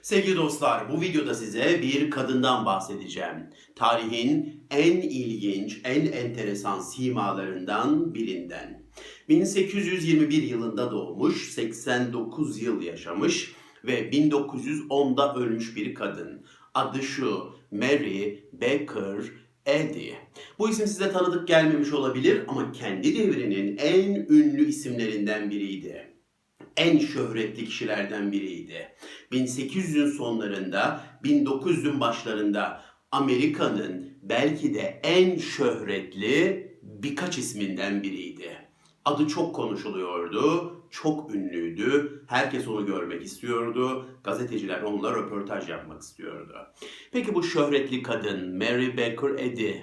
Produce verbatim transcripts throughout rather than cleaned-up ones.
Sevgili dostlar, bu videoda size bir kadından bahsedeceğim. Tarihin en ilginç, en enteresan simalarından birinden. bin sekiz yüz yirmi bir yılında doğmuş, seksen dokuz yıl yaşamış ve bin dokuz yüz onda ölmüş bir kadın. Adı şu, Mary Baker Eddy. Bu isim size tanıdık gelmemiş olabilir ama kendi devrinin en ünlü isimlerinden biriydi. En şöhretli kişilerden biriydi. bin sekiz yüzün sonlarında, bin dokuz yüzün başlarında Amerika'nın belki de en şöhretli birkaç isminden biriydi. Adı çok konuşuluyordu, çok ünlüydü, herkes onu görmek istiyordu, gazeteciler onunla röportaj yapmak istiyordu. Peki bu şöhretli kadın Mary Baker Eddy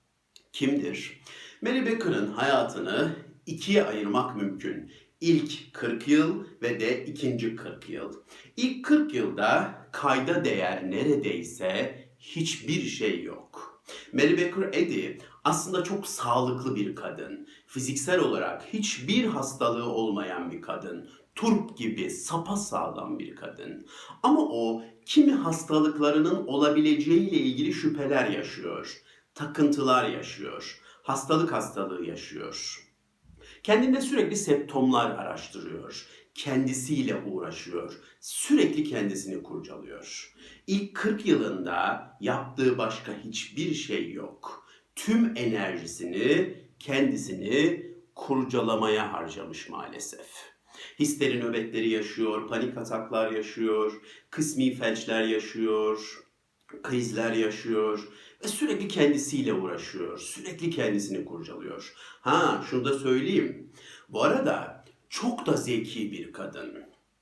kimdir? Mary Baker'ın hayatını ikiye ayırmak mümkün. İlk kırk yıl ve de ikinci kırk yıl. İlk kırk yılda kayda değer neredeyse hiçbir şey yok. Mary Baker Eddy aslında çok sağlıklı bir kadın. Fiziksel olarak hiçbir hastalığı olmayan bir kadın. Turp gibi sapasağlam bir kadın. Ama o kimi hastalıklarının olabileceğiyle ilgili şüpheler yaşıyor. Takıntılar yaşıyor. Hastalık hastalığı yaşıyor. Kendinde sürekli semptomlar araştırıyor. Kendisiyle uğraşıyor. Sürekli kendisini kurcalıyor. İlk kırk yılında yaptığı başka hiçbir şey yok. Tüm enerjisini, kendisini kurcalamaya harcamış maalesef. Histeri nöbetleri yaşıyor, panik ataklar yaşıyor, kısmi felçler yaşıyor, krizler yaşıyor ve sürekli kendisiyle uğraşıyor. Sürekli kendisini kurcalıyor. Ha, şunu da söyleyeyim. Bu arada çok da zeki bir kadın.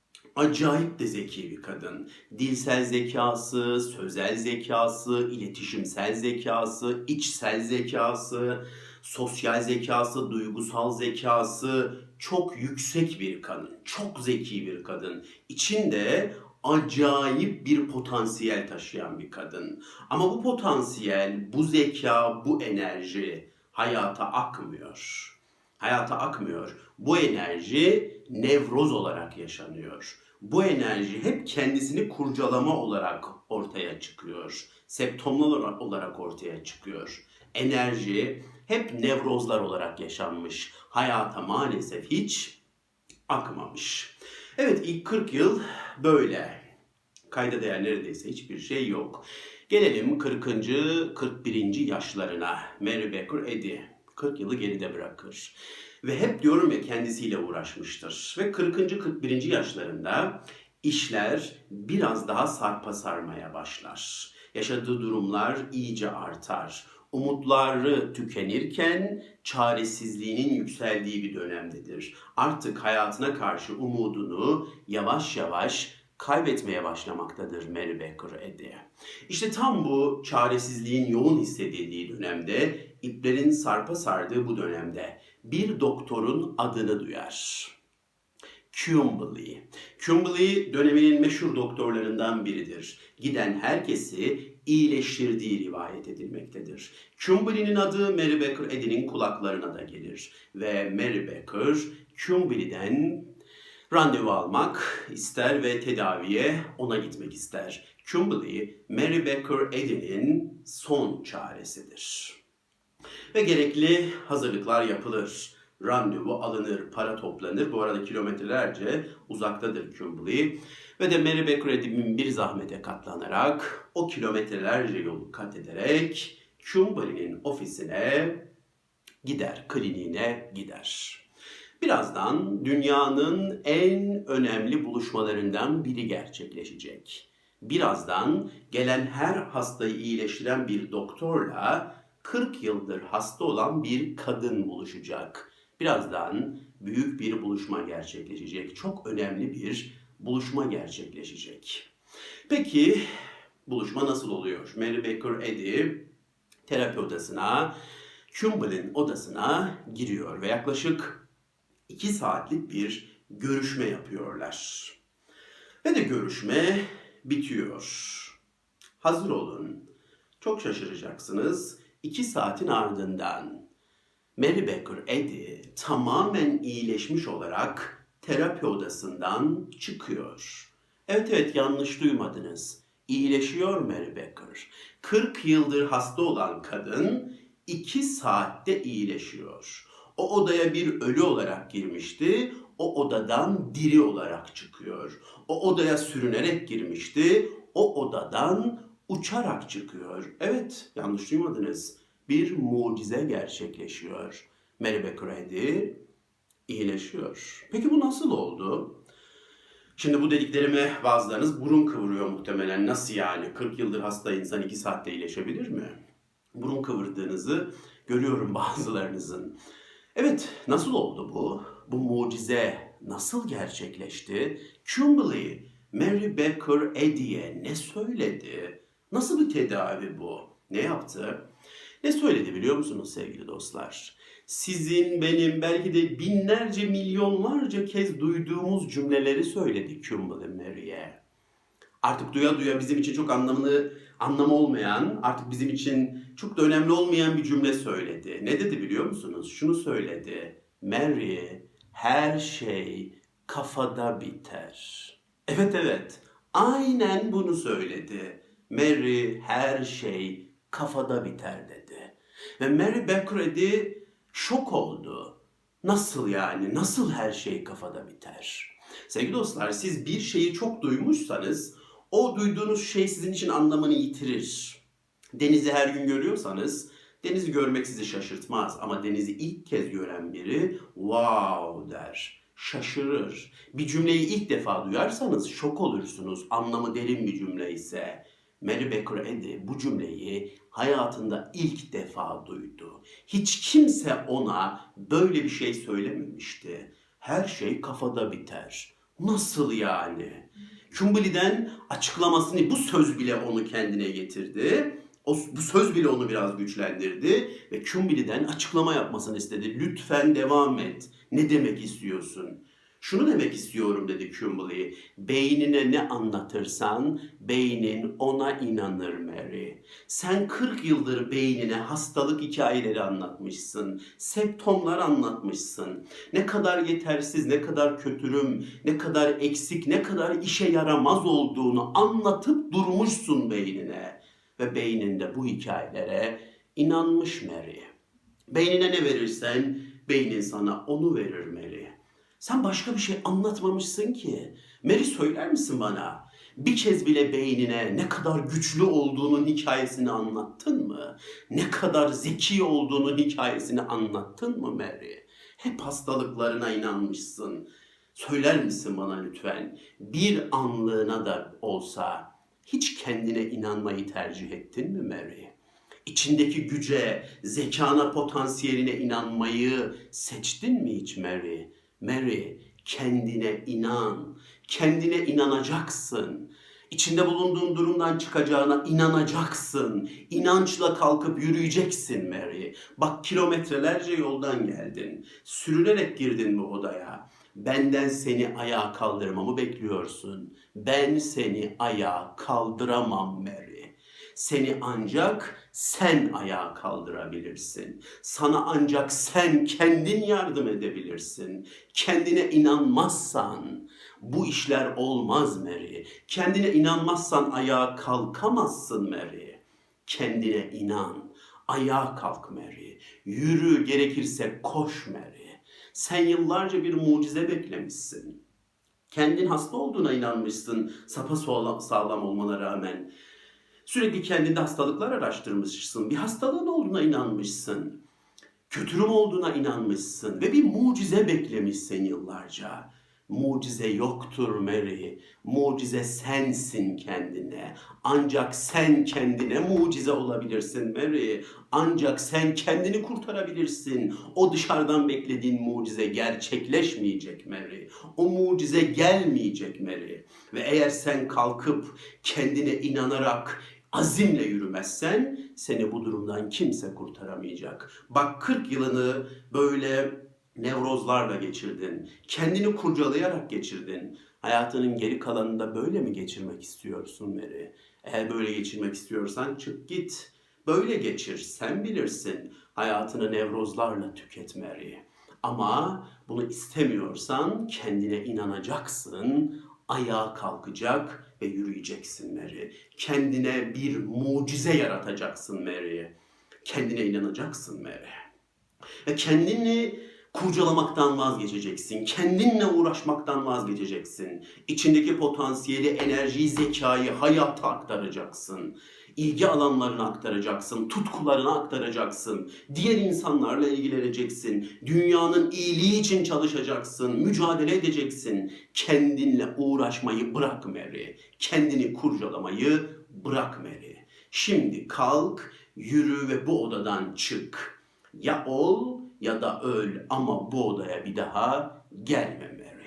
Acayip de zeki bir kadın. Dilsel zekası, sözel zekası, iletişimsel zekası, içsel zekası, sosyal zekası, duygusal zekası çok yüksek bir kadın. Çok zeki bir kadın. İçinde acayip bir potansiyel taşıyan bir kadın. Ama bu potansiyel, bu zeka, bu enerji hayata akmıyor. Hayata akmıyor. Bu enerji nevroz olarak yaşanıyor. Bu enerji hep kendisini kurcalama olarak ortaya çıkıyor. Semptomlar olarak ortaya çıkıyor. Enerji hep nevrozlar olarak yaşanmış. Hayata maalesef hiç akmamış. Evet, ilk kırk yıl böyle. Kayda değer neredeyse hiçbir şey yok. Gelelim kırkıncı. kırk birinci yaşlarına. Mary Baker Eddy kırk yılı geride bırakır. Ve hep diyorum ya kendisiyle uğraşmıştır. Ve kırkıncı. kırk birinci yaşlarında işler biraz daha sarpa sarmaya başlar. Yaşadığı durumlar iyice artar. Umutları tükenirken çaresizliğinin yükseldiği bir dönemdedir. Artık hayatına karşı umudunu yavaş yavaş kaybetmeye başlamaktadır Mary Baker Eddy. İşte tam bu çaresizliğin yoğun hissedildiği dönemde, iplerin sarpa sardığı bu dönemde bir doktorun adını duyar. Kimberly. Kimberly döneminin meşhur doktorlarından biridir. Giden herkesi iyileştirdiği rivayet edilmektedir. Kimberly'nin adı Mary Baker Eddy'nin kulaklarına da gelir. Ve Mary Baker, Kimberly'den randevu almak ister ve tedaviye ona gitmek ister. Kimberly, Mary Baker Eddy'nin son çaresidir. Ve gerekli hazırlıklar yapılır. Randevu alınır, para toplanır. Bu arada kilometrelerce uzaktadır Kimberly. Ve de Mary Baker Eddy'nin bir zahmete katlanarak, o kilometrelerce yolu kat ederek Kimberly'nin ofisine gider, kliniğine gider. Birazdan dünyanın en önemli buluşmalarından biri gerçekleşecek. Birazdan gelen her hastayı iyileştiren bir doktorla kırk yıldır hasta olan bir kadın buluşacak. Birazdan büyük bir buluşma gerçekleşecek. Çok önemli bir buluşma gerçekleşecek. Peki buluşma nasıl oluyor? Mary Baker Eddy terapi odasına, Kimberly'nin odasına giriyor ve yaklaşık iki saatlik bir görüşme yapıyorlar. Ve de görüşme bitiyor. Hazır olun. Çok şaşıracaksınız. İki saatin ardından Mary Baker Eddy tamamen iyileşmiş olarak terapi odasından çıkıyor. Evet evet, yanlış duymadınız. İyileşiyor Mary Baker. kırk yıldır hasta olan kadın iki saatte iyileşiyor. O odaya bir ölü olarak girmişti. O odadan diri olarak çıkıyor. O odaya sürünerek girmişti. O odadan uçarak çıkıyor. Evet, yanlış duymadınız. Bir mucize gerçekleşiyor. Mary Baker Eddy iyileşiyor. Peki bu nasıl oldu? Şimdi bu dediklerime bazılarınız burun kıvırıyor muhtemelen. Nasıl yani? kırk yıldır hasta insan iki saatte iyileşebilir mi? Burun kıvırdığınızı görüyorum bazılarınızın. Evet, nasıl oldu bu? Bu mucize nasıl gerçekleşti? Kimberly, Mary Baker Eddy'ye ne söyledi? Nasıl bir tedavi bu? Ne yaptı? Ne söyledi biliyor musunuz sevgili dostlar? Sizin, benim, belki de binlerce, milyonlarca kez duyduğumuz cümleleri söyledi Kimberly Mary'e. Artık duya duya bizim için çok anlamını, anlamı olmayan, artık bizim için çok da önemli olmayan bir cümle söyledi. Ne dedi biliyor musunuz? Şunu söyledi. Mary, her şey kafada biter. Evet evet, aynen bunu söyledi. Mary, her şey kafada biter dedi. Ve Mary Baker Eddy şok oldu. Nasıl yani? Nasıl her şey kafada biter? Sevgili dostlar, siz bir şeyi çok duymuşsanız o duyduğunuz şey sizin için anlamını yitirir. Denizi her gün görüyorsanız denizi görmek sizi şaşırtmaz. Ama denizi ilk kez gören biri wow der, şaşırır. Bir cümleyi ilk defa duyarsanız şok olursunuz. Anlamı derin bir cümle ise. Mary Baker Eddy bu cümleyi hayatında ilk defa duydu. Hiç kimse ona böyle bir şey söylememişti. Her şey kafada biter. Nasıl yani? Kimberly'den açıklamasını, bu söz bile onu kendine getirdi. O, bu söz bile onu biraz güçlendirdi ve Kimberly'den açıklama yapmasını istedi. Lütfen devam et. Ne demek istiyorsun? Şunu demek istiyorum dedi Kimberly. Beynine ne anlatırsan beynin ona inanır Mary. Sen kırk yıldır beynine hastalık hikayeleri anlatmışsın. Septomlar anlatmışsın. Ne kadar yetersiz, ne kadar kötürüm, ne kadar eksik, ne kadar işe yaramaz olduğunu anlatıp durmuşsun beynine. Ve beyninde bu hikayelere inanmış Mary. Beynine ne verirsen beynin sana onu verir Mary. Sen başka bir şey anlatmamışsın ki. Mary, söyler misin bana? Bir kez bile beynine ne kadar güçlü olduğunun hikayesini anlattın mı? Ne kadar zeki olduğunun hikayesini anlattın mı Mary? Hep hastalıklarına inanmışsın. Söyler misin bana lütfen? Bir anlığına da olsa hiç kendine inanmayı tercih ettin mi Mary? İçindeki güce, zekana, potansiyeline inanmayı seçtin mi hiç Mary? Mary, kendine inan. Kendine inanacaksın. İçinde bulunduğun durumdan çıkacağına inanacaksın. İnançla kalkıp yürüyeceksin Mary. Bak, kilometrelerce yoldan geldin. Sürünerek girdin bu odaya. Benden seni ayağa kaldırmamı bekliyorsun. Ben seni ayağa kaldıramam Mary. Seni ancak sen ayağa kaldırabilirsin. Sana ancak sen kendin yardım edebilirsin. Kendine inanmazsan bu işler olmaz Mary. Kendine inanmazsan ayağa kalkamazsın Mary. Kendine inan. Ayağa kalk Mary. Yürü, gerekirse koş Mary. Sen yıllarca bir mucize beklemişsin. Kendin hasta olduğuna inanmışsın sapasağlam olmana rağmen. Sürekli kendinde hastalıklar araştırmışsın. Bir hastalığın olduğuna inanmışsın. Kötürüm olduğuna inanmışsın. Ve bir mucize beklemişsin yıllarca. Mucize yoktur Mary. Mucize sensin kendine. Ancak sen kendine mucize olabilirsin Mary. Ancak sen kendini kurtarabilirsin. O dışarıdan beklediğin mucize gerçekleşmeyecek Mary. O mucize gelmeyecek Mary. Ve eğer sen kalkıp kendine inanarak azimle yürümezsen seni bu durumdan kimse kurtaramayacak. Bak, kırk yılını böyle nevrozlarla geçirdin. Kendini kurcalayarak geçirdin. Hayatının geri kalanında böyle mi geçirmek istiyorsun Mary? Eğer böyle geçirmek istiyorsan çık git. Böyle geçir, sen bilirsin. Hayatını nevrozlarla tüket Mary. Ama bunu istemiyorsan kendine inanacaksın. Ayağa kalkacak ve yürüyeceksin Mary. Kendine bir mucize yaratacaksın Mary. Kendine inanacaksın Mary. Ve kendini kurcalamaktan vazgeçeceksin. Kendinle uğraşmaktan vazgeçeceksin. İçindeki potansiyeli, enerjiyi, zekayı hayata aktaracaksın. İlgi alanlarına aktaracaksın, tutkularına aktaracaksın. Diğer insanlarla ilgileneceksin. Dünyanın iyiliği için çalışacaksın, mücadele edeceksin. Kendinle uğraşmayı bırak Mary. Kendini kurcalamayı bırak Mary. Şimdi kalk, yürü ve bu odadan çık. Ya ol ya da öl ama bu odaya bir daha gelme Mary.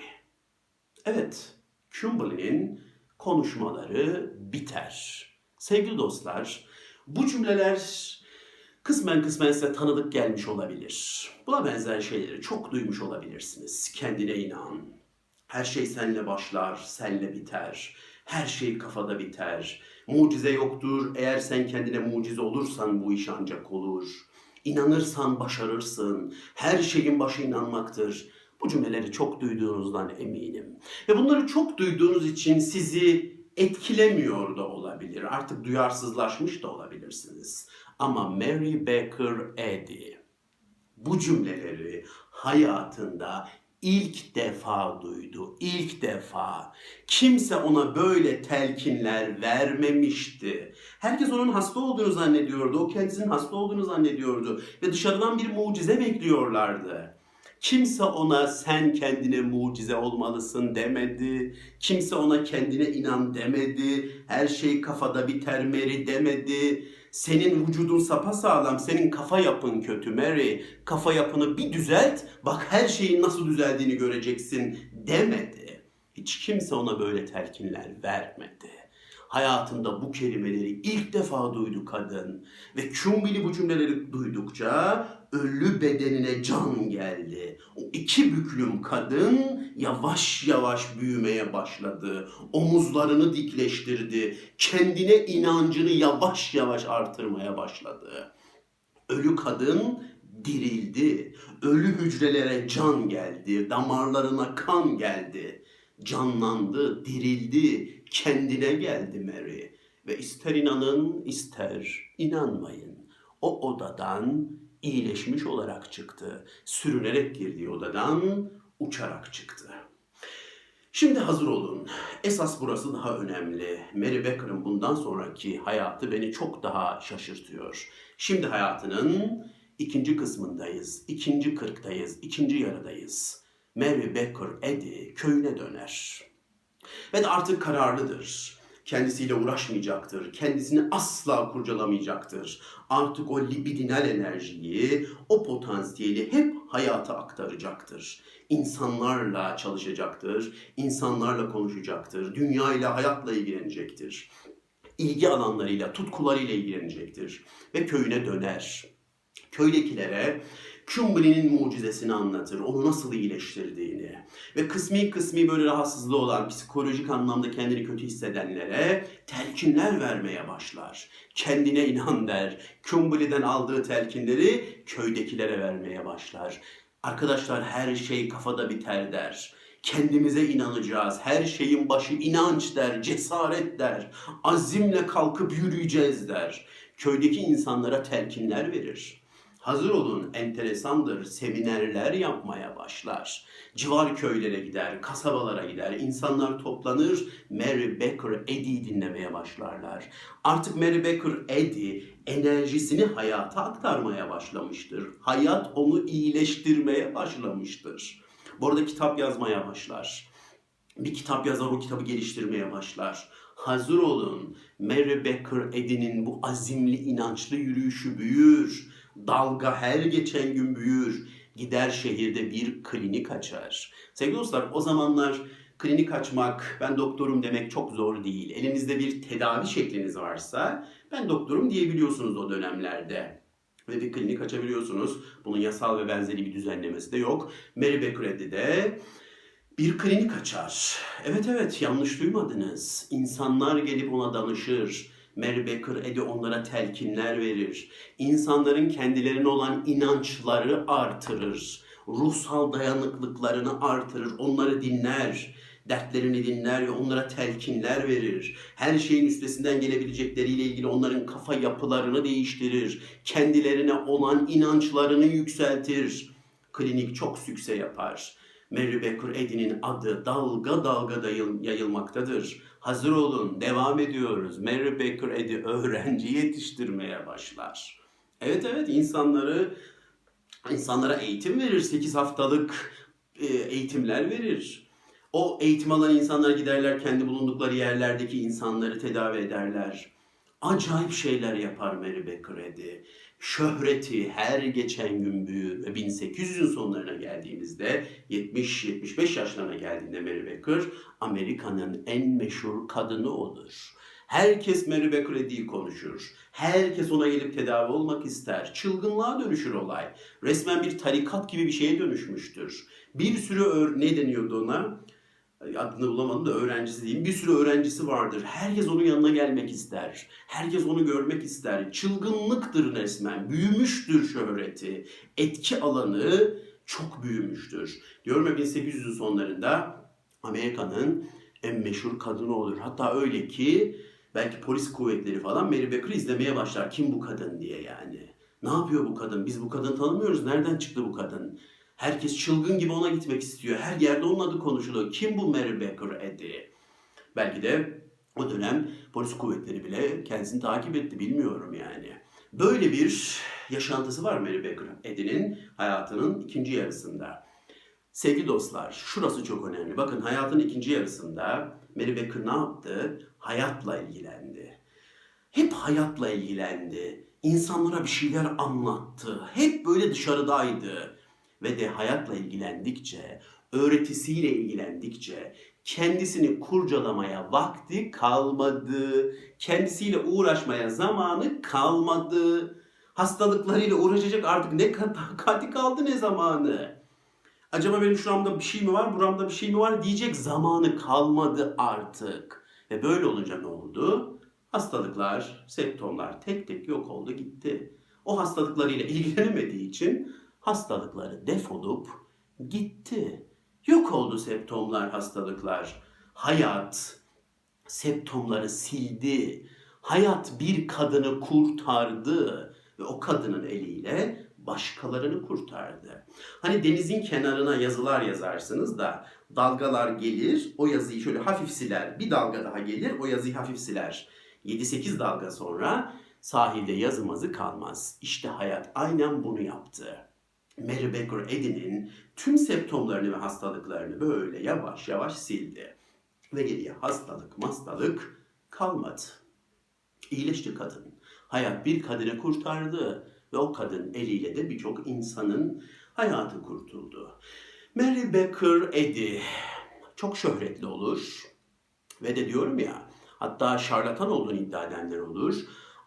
Evet, Kimberly'nin konuşmaları biter. Sevgili dostlar, bu cümleler kısmen kısmen size tanıdık gelmiş olabilir. Buna benzer şeyleri çok duymuş olabilirsiniz. Kendine inan. Her şey seninle başlar, seninle biter. Her şey kafada biter. Mucize yoktur. Eğer sen kendine mucize olursan bu iş ancak olur. İnanırsan başarırsın. Her şeyin başı inanmaktır. Bu cümleleri çok duyduğunuzdan eminim. Ve bunları çok duyduğunuz için sizi etkilemiyor da olabilir. Artık duyarsızlaşmış da olabilirsiniz. Ama Mary Baker Eddy bu cümleleri hayatında ilk defa duydu. İlk defa. Kimse ona böyle telkinler vermemişti. Herkes onun hasta olduğunu zannediyordu. O kendisinin hasta olduğunu zannediyordu. Ve dışarıdan bir mucize bekliyorlardı. Kimse ona sen kendine mucize olmalısın demedi. Kimse ona kendine inan demedi. Her şey kafada biter Mary demedi. Senin vücudun sapasağlam, senin kafa yapın kötü Mary. Kafa yapını bir düzelt, bak her şeyin nasıl düzeldiğini göreceksin demedi. Hiç kimse ona böyle telkinler vermedi. Hayatında bu kelimeleri ilk defa duydu kadın. Ve Kimberly bu cümleleri duydukça ölü bedenine can geldi. O iki büklüm kadın yavaş yavaş büyümeye başladı. Omuzlarını dikleştirdi. Kendine inancını yavaş yavaş artırmaya başladı. Ölü kadın dirildi. Ölü hücrelere can geldi. Damarlarına kan geldi. Canlandı, dirildi, kendine geldi Mary. Ve ister inanın, ister inanmayın. O odadan iyileşmiş olarak çıktı. Sürünerek girdiği odadan uçarak çıktı. Şimdi hazır olun. Esas burası daha önemli. Mary Baker'ın bundan sonraki hayatı beni çok daha şaşırtıyor. Şimdi hayatının ikinci kısmındayız. İkinci kırktayız. İkinci yarıdayız. Mary Baker Eddy köyüne döner. Ve de artık kararlıdır. Kendisiyle uğraşmayacaktır. Kendisini asla kurcalamayacaktır. Artık o libidinal enerjiyi, o potansiyeli hep hayata aktaracaktır. İnsanlarla çalışacaktır. İnsanlarla konuşacaktır. Dünyayla, hayatla ilgilenecektir. İlgi alanlarıyla, tutkularıyla ilgilenecektir. Ve köyüne döner. Köydekilere Kimberly'nin mucizesini anlatır, onu nasıl iyileştirdiğini ve kısmi kısmi böyle rahatsızlığı olan, psikolojik anlamda kendini kötü hissedenlere telkinler vermeye başlar. Kendine inan der. Kimberly'den aldığı telkinleri köydekilere vermeye başlar. Arkadaşlar her şey kafada biter der. Kendimize inanacağız. Her şeyin başı inanç der, cesaret der. Azimle kalkıp yürüyeceğiz der. Köydeki insanlara telkinler verir. Hazır olun, enteresandır, seminerler yapmaya başlar. Civar köylere gider, kasabalara gider, insanlar toplanır, Mary Baker Eddy'yi dinlemeye başlarlar. Artık Mary Baker Eddy enerjisini hayata aktarmaya başlamıştır. Hayat onu iyileştirmeye başlamıştır. Bu arada kitap yazmaya başlar. Bir kitap yazar o kitabı geliştirmeye başlar. Hazır olun, Mary Baker Eddy'nin bu azimli, inançlı yürüyüşü büyür. Dalga her geçen gün büyür. Gider şehirde bir klinik açar. Sevgili dostlar, o zamanlar klinik açmak, ben doktorum demek çok zor değil. Elinizde bir tedavi şekliniz varsa ben doktorum diyebiliyorsunuz o dönemlerde. Ve bir klinik açabiliyorsunuz. Bunun yasal ve benzeri bir düzenlemesi de yok. Mary Baker Eddy'de bir klinik açar. Evet evet, yanlış duymadınız. İnsanlar gelip ona danışır. Mary Baker Eddy onlara telkinler verir. İnsanların kendilerine olan inançları artırır. Ruhsal dayanıklıklarını artırır. Onları dinler. Dertlerini dinler ve onlara telkinler verir. Her şeyin üstesinden gelebilecekleriyle ilgili onların kafa yapılarını değiştirir. Kendilerine olan inançlarını yükseltir. Klinik çok sükse yapar. Mary Baker Eddy'nin adı dalga dalga da yayılmaktadır. Hazır olun, devam ediyoruz. Mary Baker Eddy öğrenci yetiştirmeye başlar. Evet evet, insanları insanlara eğitim verir. sekiz haftalık e, eğitimler verir. O eğitim alan insanlar giderler, kendi bulundukları yerlerdeki insanları tedavi ederler. Acayip şeyler yapar Mary Baker Eddy. Şöhreti her geçen gün büyür ve bin sekiz yüzün sonlarına geldiğimizde yetmiş yetmiş beş yaşlarına geldiğinde Mary Baker Amerika'nın en meşhur kadını olur. Herkes Mary Baker Eddy'yi konuşur. Herkes ona gelip tedavi olmak ister. Çılgınlığa dönüşür olay. Resmen bir tarikat gibi bir şeye dönüşmüştür. Bir sürü ör- ne deniyordu ona? Adını bulamadım da öğrencisi diyeyim. Bir sürü öğrencisi vardır. Herkes onun yanına gelmek ister. Herkes onu görmek ister. Çılgınlıktır resmen. Büyümüştür şöhreti. Etki alanı çok büyümüştür. Diyorum ya, bin sekiz yüzün sonlarında Amerika'nın en meşhur kadını olur. Hatta öyle ki belki polis kuvvetleri falan Mary Baker'ı izlemeye başlar. Kim bu kadın diye yani. Ne yapıyor bu kadın? Biz bu kadını tanımıyoruz. Nereden çıktı bu kadın? Herkes çılgın gibi ona gitmek istiyor. Her yerde onun adı konuşuluyor. Kim bu Mary Baker Eddy? Belki de o dönem polis kuvvetleri bile kendisini takip etti. Bilmiyorum yani. Böyle bir yaşantısı var Mary Baker Eddy'nin hayatının ikinci yarısında. Sevgili dostlar, şurası çok önemli. Bakın, hayatın ikinci yarısında Mary Baker ne yaptı? Hayatla ilgilendi. Hep hayatla ilgilendi. İnsanlara bir şeyler anlattı. Hep böyle dışarıdaydı. Ve de hayatla ilgilendikçe, öğretisiyle ilgilendikçe kendisini kurcalamaya vakti kalmadı. Kendisiyle uğraşmaya zamanı kalmadı. Hastalıklarıyla uğraşacak artık ne takati kaldı, ne zamanı. Acaba benim şuramda bir şey mi var, buramda bir şey mi var diyecek zamanı kalmadı artık. Ve böyle olunca ne oldu? Hastalıklar, semptomlar tek tek yok oldu gitti. O hastalıklarıyla ilgilenemediği için hastalıkları defolup gitti. Yok oldu semptomlar, hastalıklar. Hayat semptomları sildi. Hayat bir kadını kurtardı ve o kadının eliyle başkalarını kurtardı. Hani denizin kenarına yazılar yazarsınız da dalgalar gelir, o yazıyı şöyle hafif siler. Bir dalga daha gelir, o yazıyı hafif siler. yedi sekiz dalga sonra sahilde yazımazı kalmaz. İşte hayat aynen bunu yaptı. Mary Baker Eddy'nin tüm semptomlarını ve hastalıklarını böyle yavaş yavaş sildi. Ve geriye hastalık, hastalık kalmadı. İyileşti kadın. Hayat bir kadını kurtardı ve o kadın eliyle de birçok insanın hayatı kurtuldu. Mary Baker Eddy çok şöhretli olur ve de diyorum ya, hatta şarlatan olduğunu iddia edenler olur.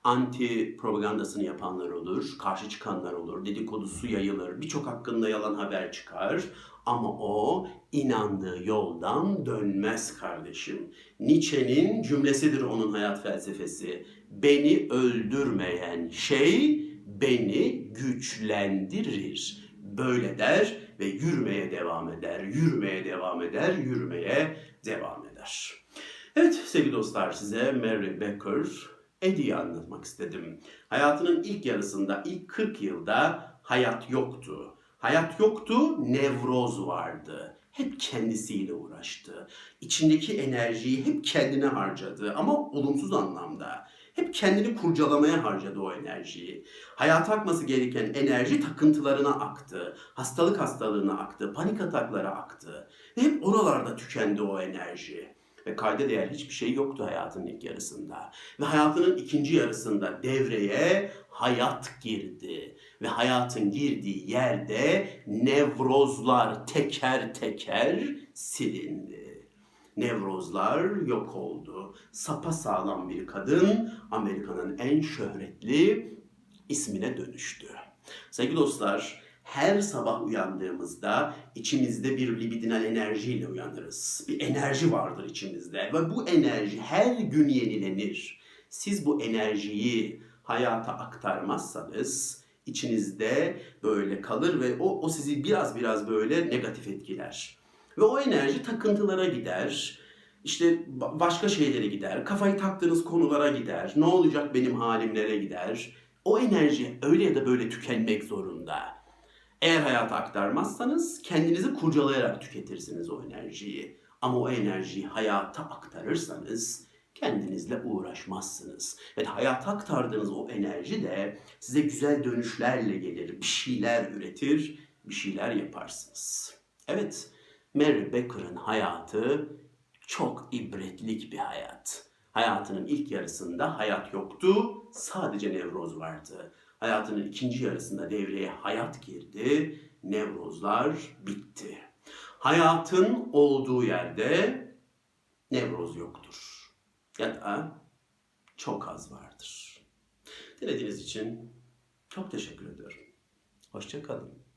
Anti propagandasını yapanlar olur, karşı çıkanlar olur, dedikodusu yayılır, birçok hakkında yalan haber çıkar. Ama o inandığı yoldan dönmez kardeşim. Nietzsche'nin cümlesidir onun hayat felsefesi. Beni öldürmeyen şey beni güçlendirir. Böyle der ve yürümeye devam eder, yürümeye devam eder, yürümeye devam eder. Evet sevgili dostlar, size Mary Baker Eddy'yi anlatmak istedim. Hayatının ilk yarısında, ilk kırk yılda hayat yoktu. Hayat yoktu, nevroz vardı. Hep kendisiyle uğraştı. İçindeki enerjiyi hep kendine harcadı ama olumsuz anlamda. Hep kendini kurcalamaya harcadı o enerjiyi. Hayata akması gereken enerji takıntılarına aktı. Hastalık hastalığına aktı. Panik ataklara aktı. Ve hep oralarda tükendi o enerji. Ve kayda değer hiçbir şey yoktu hayatının ilk yarısında. Ve hayatının ikinci yarısında devreye hayat girdi. Ve hayatın girdiği yerde nevrozlar teker teker silindi. Nevrozlar yok oldu. Sapasağlam bir kadın Amerika'nın en şöhretli ismine dönüştü. Sevgili dostlar, her sabah uyandığımızda içimizde bir libidinal enerjiyle uyanırız. Bir enerji vardır içimizde ve bu enerji her gün yenilenir. Siz bu enerjiyi hayata aktarmazsanız içinizde böyle kalır ve o, o sizi biraz biraz böyle negatif etkiler. Ve o enerji takıntılara gider. İşte başka şeylere gider. Kafayı taktığınız konulara gider. Ne olacak benim halimlere gider. O enerji öyle ya da böyle tükenmek zorunda. Eğer hayata aktarmazsanız kendinizi kurcalayarak tüketirsiniz o enerjiyi. Ama o enerjiyi hayata aktarırsanız kendinizle uğraşmazsınız. Ve hayata aktardığınız o enerji de size güzel dönüşlerle gelir. Bir şeyler üretir, bir şeyler yaparsınız. Evet, Mary Becker'ın hayatı çok ibretlik bir hayat. Hayatının ilk yarısında hayat yoktu, sadece nevroz vardı. Hayatının ikinci yarısında devreye hayat girdi, nevrozlar bitti. Hayatın olduğu yerde nevroz yoktur. Ya da çok az vardır. Dinlediğiniz için çok teşekkür ediyorum. Hoşça kalın.